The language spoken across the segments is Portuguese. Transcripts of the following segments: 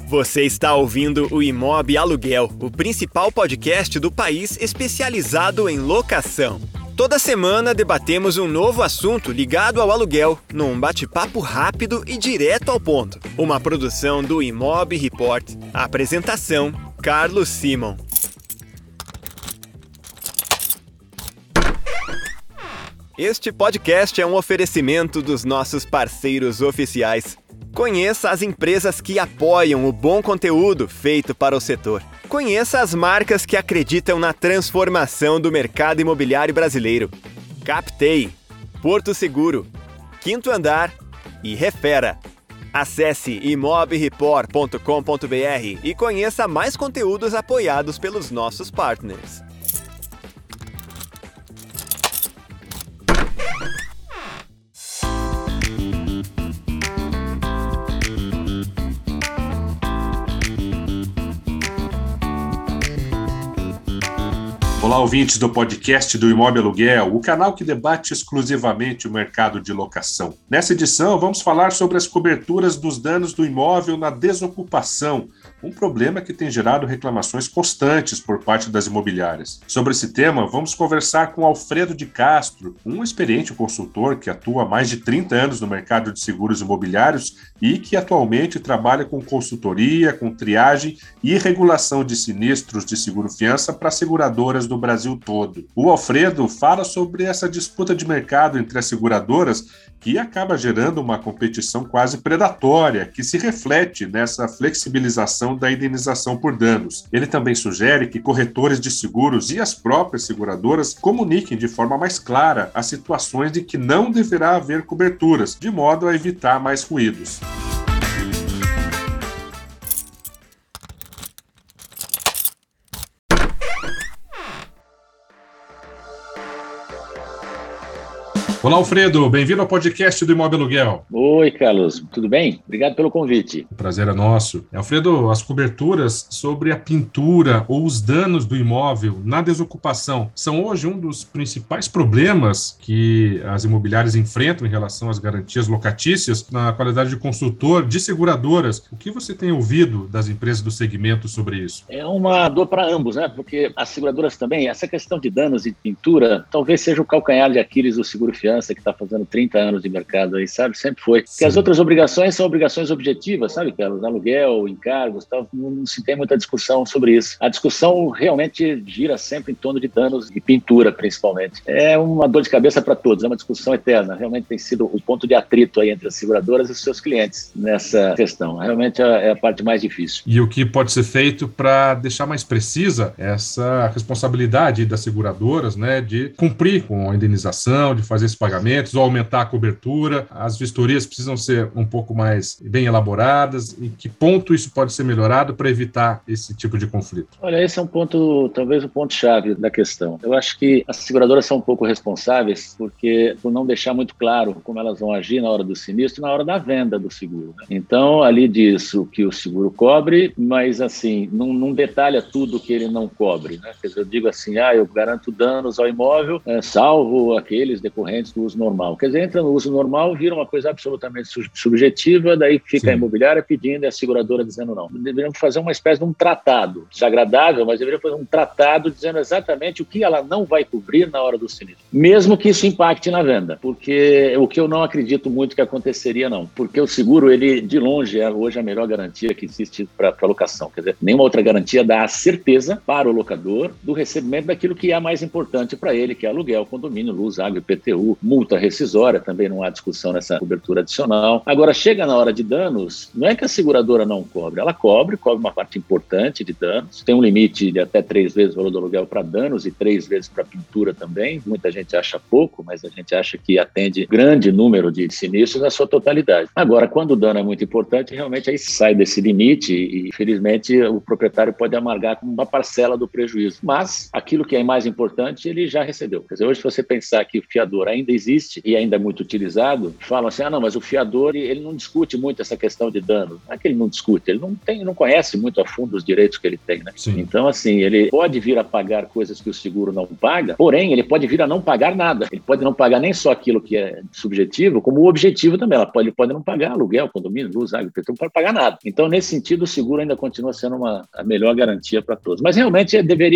Você está ouvindo o Imob Aluguel, o principal podcast do país especializado em locação. Toda semana debatemos um novo assunto ligado ao aluguel, num bate-papo rápido e direto ao ponto. Uma produção do Imob Report. A apresentação, Carlos Simon. Este podcast é um oferecimento dos nossos parceiros oficiais. Conheça as empresas que apoiam o bom conteúdo feito para o setor. Conheça as marcas que acreditam na transformação do mercado imobiliário brasileiro. Captei, Porto Seguro, Quinto Andar e Refera. Acesse imobreport.com.br e conheça mais conteúdos apoiados pelos nossos partners. Olá, ouvintes do podcast do Imob Aluguel, o canal que debate exclusivamente o mercado de locação. Nessa edição, vamos falar sobre as coberturas dos danos do imóvel na desocupação, um problema que tem gerado reclamações constantes por parte das imobiliárias. Sobre esse tema, vamos conversar com Alfredo de Castro, um experiente consultor que atua há mais de 30 anos no mercado de seguros imobiliários e que atualmente trabalha com consultoria, com triagem e regulação de sinistros de seguro-fiança para seguradoras do Brasil todo. O Alfredo fala sobre essa disputa de mercado entre as seguradoras que acaba gerando uma competição quase predatória, que se reflete nessa flexibilização da indenização por danos. Ele também sugere que corretores de seguros e as próprias seguradoras comuniquem de forma mais clara as situações em que não deverá haver coberturas, de modo a evitar mais ruídos. Olá, Alfredo, bem-vindo ao podcast do Imob Aluguel. Oi, Carlos, tudo bem? Obrigado pelo convite. O prazer é nosso. Alfredo, as coberturas sobre a pintura ou os danos do imóvel na desocupação são hoje um dos principais problemas que as imobiliárias enfrentam em relação às garantias locatícias na qualidade de consultor de seguradoras. O que você tem ouvido das empresas do segmento sobre isso? É uma dor para ambos, né? Porque as seguradoras também, essa questão de danos e pintura, talvez seja o calcanhar de Aquiles do seguro-fiança, que está fazendo 30 anos de mercado aí, sabe? Sempre foi. Porque as outras obrigações são obrigações objetivas, sabe, Carlos? Aluguel, encargos, tal, não se tem muita discussão sobre isso. A discussão realmente gira sempre em torno de danos e pintura, principalmente. É uma dor de cabeça para todos, é uma discussão eterna. Realmente tem sido o ponto de atrito aí entre as seguradoras e os seus clientes nessa questão. Realmente é a parte mais difícil. E o que pode ser feito para deixar mais precisa essa responsabilidade das seguradoras, né, de cumprir com a indenização, de fazer esses pagamentos ou aumentar a cobertura? As vistorias precisam ser um pouco mais bem elaboradas. Em que ponto isso pode ser melhorado para evitar esse tipo de conflito? Olha, esse é um ponto, talvez o ponto-chave da questão. Eu acho que as seguradoras são um pouco responsáveis por não deixar muito claro como elas vão agir na hora do sinistro e na hora da venda do seguro, né? Então, ali diz o que o seguro cobre, mas assim, não detalha tudo que ele não cobre, né? Quer dizer, eu digo assim, eu garanto danos ao imóvel, salvo aqueles decorrentes do uso normal. Quer dizer, entra no uso normal, vira uma coisa absolutamente subjetiva, daí fica Sim. A imobiliária pedindo e a seguradora dizendo não. Deveríamos fazer uma espécie de um tratado, desagradável, mas deveríamos fazer um tratado dizendo exatamente o que ela não vai cobrir na hora do sinistro, mesmo que isso impacte na venda, porque o que eu não acredito muito que aconteceria não, porque o seguro, ele de longe é hoje a melhor garantia que existe para locação. Quer dizer, nenhuma outra garantia dá a certeza para o locador do recebimento daquilo que é mais importante para ele, que é aluguel, condomínio, luz, água, IPTU, multa rescisória, também não há discussão nessa cobertura adicional. Agora, chega na hora de danos, não é que a seguradora não cobre, ela cobre uma parte importante de danos, tem um limite de até 3 vezes o valor do aluguel para danos e 3 vezes para pintura também. Muita gente acha pouco, mas a gente acha que atende grande número de sinistros na sua totalidade. Agora, quando o dano é muito importante, realmente aí sai desse limite e, infelizmente, o proprietário pode amargar com uma parcela do prejuízo. Mas aquilo que é mais importante, ele já recebeu. Quer dizer, hoje, se você pensar que o fiador ainda ainda existe e ainda é muito utilizado, falam assim, não, mas o fiador, ele não discute muito essa questão de dano. Não é que ele não discute, ele não conhece muito a fundo os direitos que ele tem, né? Sim. Então, assim, ele pode vir a pagar coisas que o seguro não paga, porém, ele pode vir a não pagar nada. Ele pode não pagar nem só aquilo que é subjetivo, como o objetivo também. Ele pode não pagar aluguel, condomínio, luz, água, não pode pagar nada. Então, nesse sentido, o seguro ainda continua sendo a melhor garantia para todos. Mas, realmente,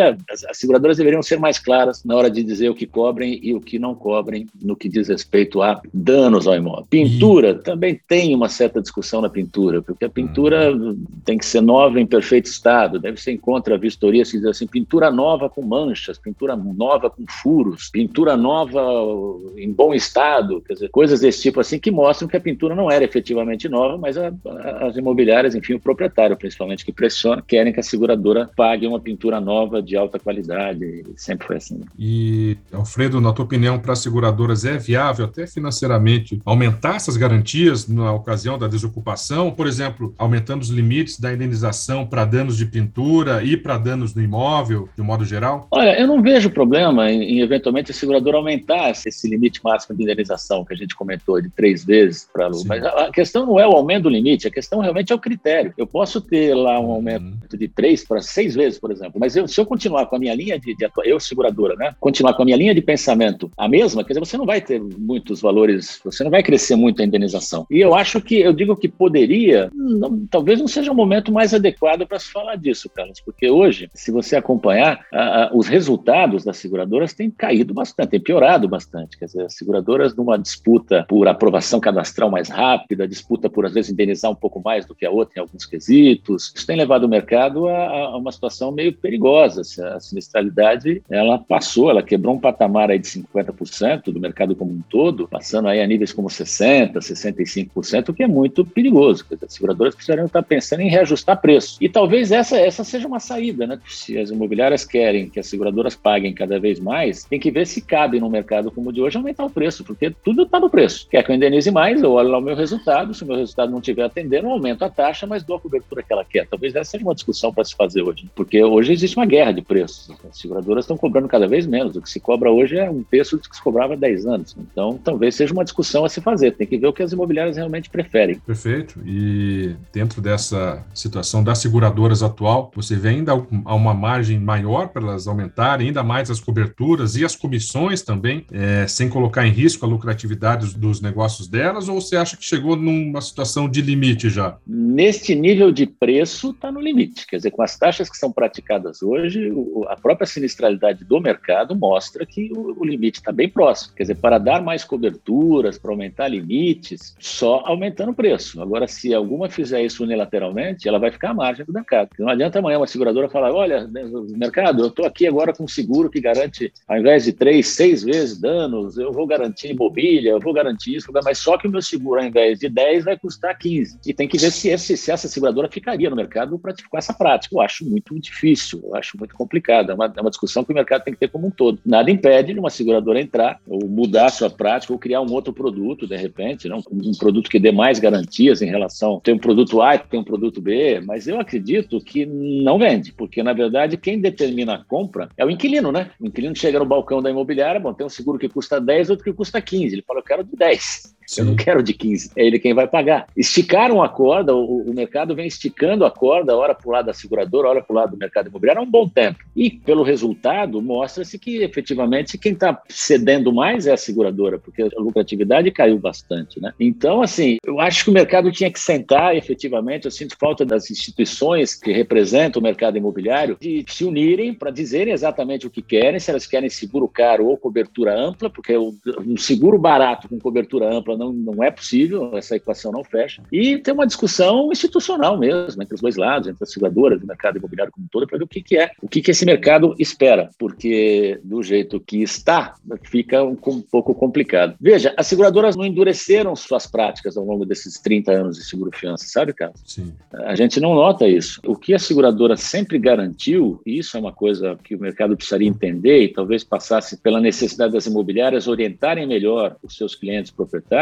as seguradoras deveriam ser mais claras na hora de dizer o que cobrem e o que não cobrem no que diz respeito a danos ao imóvel. Pintura, também tem uma certa discussão na pintura, porque a pintura tem que ser nova em perfeito estado, deve ser contra a vistoria, se diz assim, pintura nova com manchas, pintura nova com furos, pintura nova em bom estado, quer dizer, coisas desse tipo assim que mostram que a pintura não era efetivamente nova, mas as imobiliárias, enfim, o proprietário, principalmente, que pressiona, querem que a seguradora pague uma pintura nova de alta qualidade, sempre foi assim. E, Alfredo, na tua opinião, para as seguradoras é viável, até financeiramente, aumentar essas garantias na ocasião da desocupação? Por exemplo, aumentando os limites da indenização para danos de pintura e para danos no imóvel, de um modo geral? Olha, eu não vejo problema em eventualmente, a seguradora aumentar esse limite máximo de indenização que a gente comentou, de 3 vezes para aluno. Mas a questão não é o aumento do limite, a questão realmente é o critério. Eu posso ter lá um aumento de 3 para 6 vezes, por exemplo, mas se eu continuar com a minha linha eu seguradora, né, continuar com a minha linha de pensamento a mesma, quer dizer, você não vai ter muitos valores, você não vai crescer muito a indenização. E eu digo que poderia, talvez não seja o momento mais adequado para se falar disso, Carlos, porque hoje, se você acompanhar, os resultados das seguradoras têm caído bastante, têm piorado bastante. Quer dizer, as seguradoras, numa disputa por aprovação cadastral mais rápida, disputa por, às vezes, indenizar um pouco mais do que a outra em alguns quesitos, isso tem levado o mercado a uma situação meio perigosa. A sinistralidade, ela quebrou um patamar aí de 50% do mercado como um todo, passando aí a níveis como 60%, 65%, o que é muito perigoso. Quer dizer, as seguradoras precisariam estar pensando em reajustar preço. E talvez essa seja uma saída, né? Se as imobiliárias querem que as seguradoras paguem cada vez mais, tem que ver se cabe num mercado como o de hoje aumentar o preço, porque tudo está no preço. Quer que eu indenize mais, eu olho lá o meu resultado, se o meu resultado não estiver atendendo, eu aumento a taxa, mas dou a cobertura que ela quer. Talvez essa seja uma discussão para se fazer hoje, porque hoje existe uma guerra de preços. As seguradoras estão cobrando cada vez menos. O que se cobra hoje é um terço do que se cobrava há 10 anos. Então, talvez seja uma discussão a se fazer. Tem que ver o que as imobiliárias realmente preferem. Perfeito. E dentro dessa situação das seguradoras atual, você vê ainda uma margem maior para elas aumentarem ainda mais as coberturas e as comissões também, sem colocar em risco a lucratividade dos negócios delas, ou você acha que chegou numa situação de limite já? Neste nível de preço, está no limite. Quer dizer, com as taxas que são praticadas hoje, a própria sinistralidade do mercado mostra que o limite está bem próximo. Quer dizer, para dar mais coberturas, para aumentar limites, só aumentando o preço. Agora, se alguma fizer isso unilateralmente, ela vai ficar à margem do mercado. Não adianta amanhã uma seguradora falar, olha, mercado, eu estou aqui agora com um seguro que garante, ao invés de 3, 6 vezes danos, eu vou garantir mobília, eu vou garantir isso, mas só que o meu seguro, ao invés de 10, vai custar 15. E tem que ver se essa seguradora ficaria no mercado praticar essa prática. Eu acho muito difícil, eu acho muito complicado. É uma discussão que o mercado tem que ter como um todo. Nada impede de uma seguradora entrar, ou mudar a sua prática, ou criar um outro produto, de repente, não? Um produto que dê mais garantias em relação... Tem um produto A e tem um produto B, mas eu acredito que não vende, porque, na verdade, quem determina a compra é o inquilino, né? O inquilino chega no balcão da imobiliária, tem um seguro que custa 10, outro que custa 15. Ele fala, eu quero de 10. Sim. Eu não quero de 15, é ele quem vai pagar. Esticaram a corda, o mercado vem esticando a corda, hora para o lado da seguradora, hora para o lado do mercado imobiliário, há um bom tempo. E, pelo resultado, mostra-se que, efetivamente, quem está cedendo mais é a seguradora, porque a lucratividade caiu bastante, né? Então, assim, eu acho que o mercado tinha que sentar, efetivamente, eu sinto falta das instituições que representam o mercado imobiliário, de se unirem para dizerem exatamente o que querem, se elas querem seguro caro ou cobertura ampla, porque um seguro barato com cobertura ampla não é possível, essa equação não fecha, e ter uma discussão institucional mesmo, entre os dois lados, entre as seguradoras e o mercado imobiliário como um todo, para ver o que esse mercado espera, porque do jeito que está, fica um pouco complicado. Veja, as seguradoras não endureceram suas práticas ao longo desses 30 anos de seguro-fiança, sabe, Carlos? Sim. A gente não nota isso. O que a seguradora sempre garantiu, e isso é uma coisa que o mercado precisaria entender e talvez passasse pela necessidade das imobiliárias orientarem melhor os seus clientes proprietários,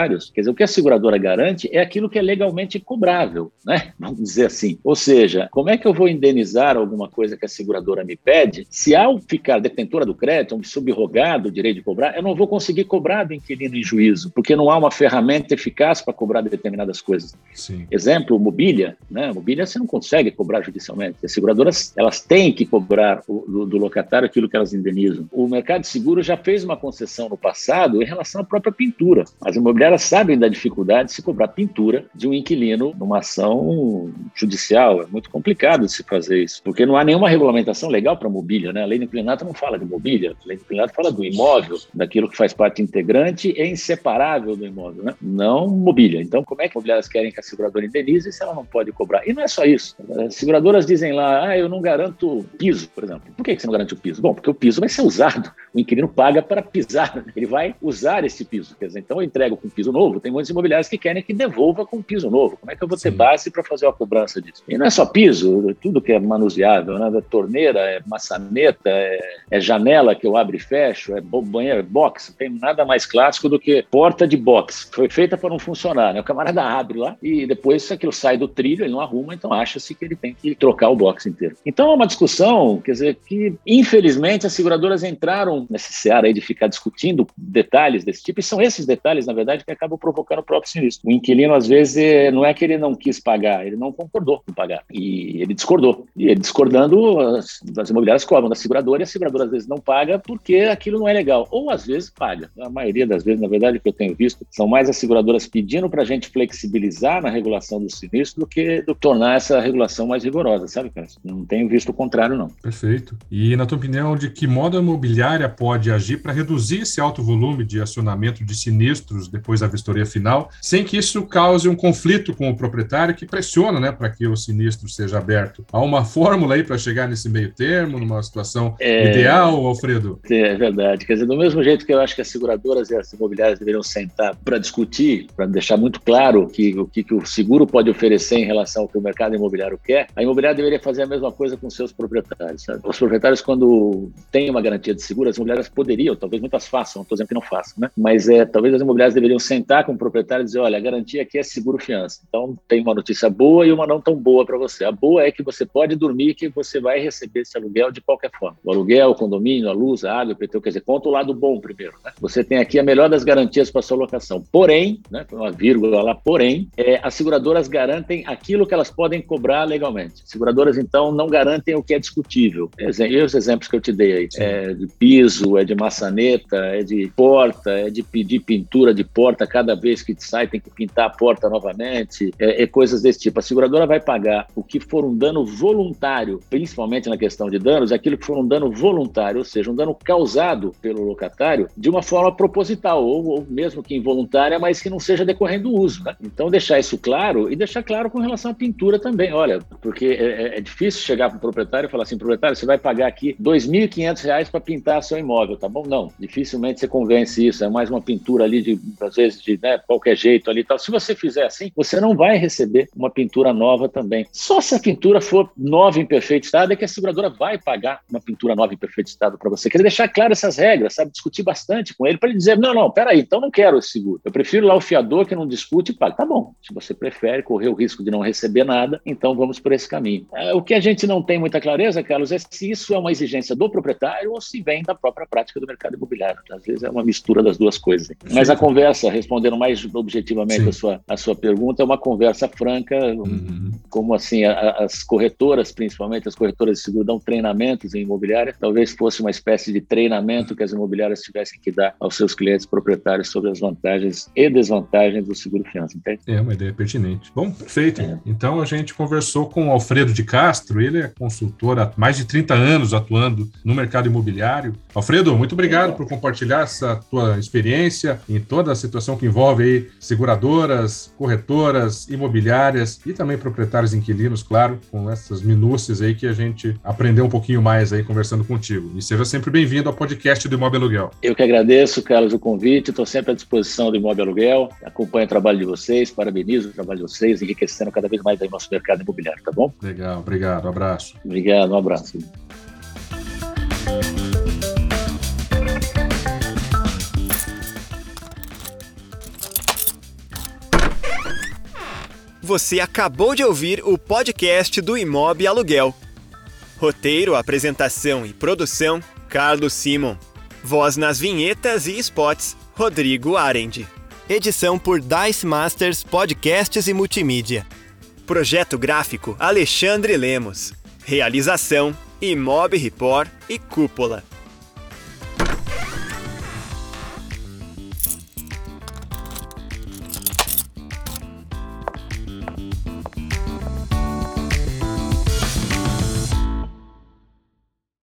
proprietários, quer dizer, o que a seguradora garante é aquilo que é legalmente cobrável, né? Vamos dizer assim. Ou seja, como é que eu vou indenizar alguma coisa que a seguradora me pede se, ao ficar detentora do crédito, subrogado o direito de cobrar, eu não vou conseguir cobrar do inquilino em juízo, porque não há uma ferramenta eficaz para cobrar determinadas coisas. Sim. Exemplo, mobília, né? Mobília você não consegue cobrar judicialmente. As seguradoras, elas têm que cobrar do locatário aquilo que elas indenizam. O mercado de seguro já fez uma concessão no passado em relação à própria pintura. As imobiliárias sabem da dificuldade de se cobrar pintura de um inquilino numa ação judicial. É muito complicado de se fazer isso, porque não há nenhuma regulamentação legal para mobília, né? A lei do inquilinato não fala de mobília, a lei do inquilinato fala do imóvel, daquilo que faz parte integrante e inseparável do imóvel, né? Não mobília. Então, como é que as imobiliárias querem que a seguradora indenize se ela não pode cobrar? E não é só isso. As seguradoras dizem lá, eu não garanto piso, por exemplo. Por que você não garante o piso? Bom, porque o piso vai ser usado. O inquilino paga para pisar. Ele vai usar esse piso. Quer dizer, então eu entrego com piso novo, tem muitos imobiliários que querem que devolva com piso novo. Como é que eu vou ter base para fazer a cobrança disso? E não é só piso, tudo que é manuseável, né? É torneira, é maçaneta, é janela que eu abro e fecho, é banheiro, é box. Não tem nada mais clássico do que porta de box. Foi feita para não funcionar, né? O camarada abre lá e depois aquilo sai do trilho, ele não arruma, então acha-se que ele tem que trocar o box inteiro. Então é uma discussão, quer dizer, que infelizmente as seguradoras entraram nesse seara aí de ficar discutindo detalhes desse tipo, e são esses detalhes, na verdade, que acabam provocando o próprio sinistro. O inquilino, às vezes, não é que ele não quis pagar, ele não concordou com pagar, e ele discordou. E ele discordando, as imobiliárias cobram da seguradora, e a seguradora, às vezes, não paga porque aquilo não é legal, ou às vezes paga. A maioria das vezes, na verdade, que eu tenho visto, são mais as seguradoras pedindo para a gente flexibilizar na regulação do sinistro do que tornar essa regulação mais rigorosa, sabe, cara? Não tenho visto o contrário, não. Perfeito. E, na tua opinião, de que modo a imobiliária pode agir para reduzir esse alto volume de acionamento de sinistros depois da vistoria final, sem que isso cause um conflito com o proprietário que pressiona, né, para que o sinistro seja aberto? Há uma fórmula aí para chegar nesse meio termo, numa situação ideal, Alfredo? É verdade. Quer dizer, do mesmo jeito que eu acho que as seguradoras e as imobiliárias deveriam sentar para discutir, para deixar muito claro o que o seguro pode oferecer em relação ao que o mercado imobiliário quer, a imobiliária deveria fazer a mesma coisa com seus proprietários, sabe? Os proprietários, quando têm uma garantia de seguro, as imobiliárias poderiam, talvez muitas façam, não estou dizendo que não façam, né? Mas talvez as imobiliárias deveriam sentar com o proprietário e dizer, olha, a garantia aqui é seguro-fiança. Então, tem uma notícia boa e uma não tão boa para você. A boa é que você pode dormir, que você vai receber esse aluguel de qualquer forma. O aluguel, o condomínio, a luz, a água, o IPTU, quer dizer, conta o lado bom primeiro, né? Você tem aqui a melhor das garantias para a sua locação. Porém, né, uma vírgula lá, porém, as seguradoras garantem aquilo que elas podem cobrar legalmente. As seguradoras, então, não garantem o que é discutível. E os exemplos que eu te dei aí, é de piso, é de maçaneta, é de porta, é de pedir pintura de porta cada vez que sai, tem que pintar a porta novamente, coisas desse tipo. A seguradora vai pagar o que for um dano voluntário, principalmente na questão de danos, aquilo que for um dano voluntário, ou seja, um dano causado pelo locatário de uma forma proposital, ou mesmo que involuntária, mas que não seja decorrendo do uso, né? Então, deixar isso claro e deixar claro com relação à pintura também. Olha, porque é difícil chegar para o proprietário e falar assim, proprietário, você vai pagar aqui R$ 2.500 para pintar seu imóvel, tá bom? Não, dificilmente você convence isso, é mais uma pintura ali, às vezes, de qualquer jeito ali e tal. Se você fizer assim, você não vai receber uma pintura nova também. Só se a pintura for nova em perfeito estado é que a seguradora vai pagar uma pintura nova em perfeito estado para você. Queria deixar claro essas regras, sabe? Discutir bastante com ele para ele dizer, não, peraí, então não quero esse seguro. Eu prefiro lá o fiador que não discute e paga. Tá bom, se você prefere correr o risco de não receber nada, então vamos por esse caminho. O que a gente não tem muita clareza, Carlos, é se isso é uma exigência do proprietário ou se vem da própria prática do mercado imobiliário. Às vezes é uma mistura das duas coisas. Mas a conversa, respondendo mais objetivamente a sua pergunta, é uma conversa franca, como assim, as corretoras, principalmente as corretoras de seguro, dão treinamentos em imobiliária, talvez fosse uma espécie de treinamento que as imobiliárias tivessem que dar aos seus clientes proprietários sobre as vantagens e desvantagens do seguro-fiança, entende? É uma ideia pertinente. Bom, perfeito. Então, a gente conversou com o Alfredo de Castro, ele é consultor há mais de 30 anos atuando no mercado imobiliário. Alfredo, muito obrigado por compartilhar essa tua experiência em toda a situação que envolve aí seguradoras, corretoras, imobiliárias e também proprietários e inquilinos, claro, com essas minúcias aí que a gente aprendeu um pouquinho mais aí conversando contigo. E seja sempre bem-vindo ao podcast do Imóvel Aluguel. Eu que agradeço, Carlos, o convite, estou sempre à disposição do Imóvel Aluguel, acompanho o trabalho de vocês, parabenizo o trabalho de vocês, enriquecendo cada vez mais aí o nosso mercado imobiliário, tá bom? Legal, obrigado, um abraço. Obrigado, um abraço. Você acabou de ouvir o podcast do Imob Aluguel. Roteiro, apresentação e produção, Carlos Simon. Voz nas vinhetas e spots, Rodrigo Arendi. Edição por Dice Masters Podcasts e Multimídia. Projeto gráfico, Alexandre Lemos. Realização, Imob Report e Cúpula.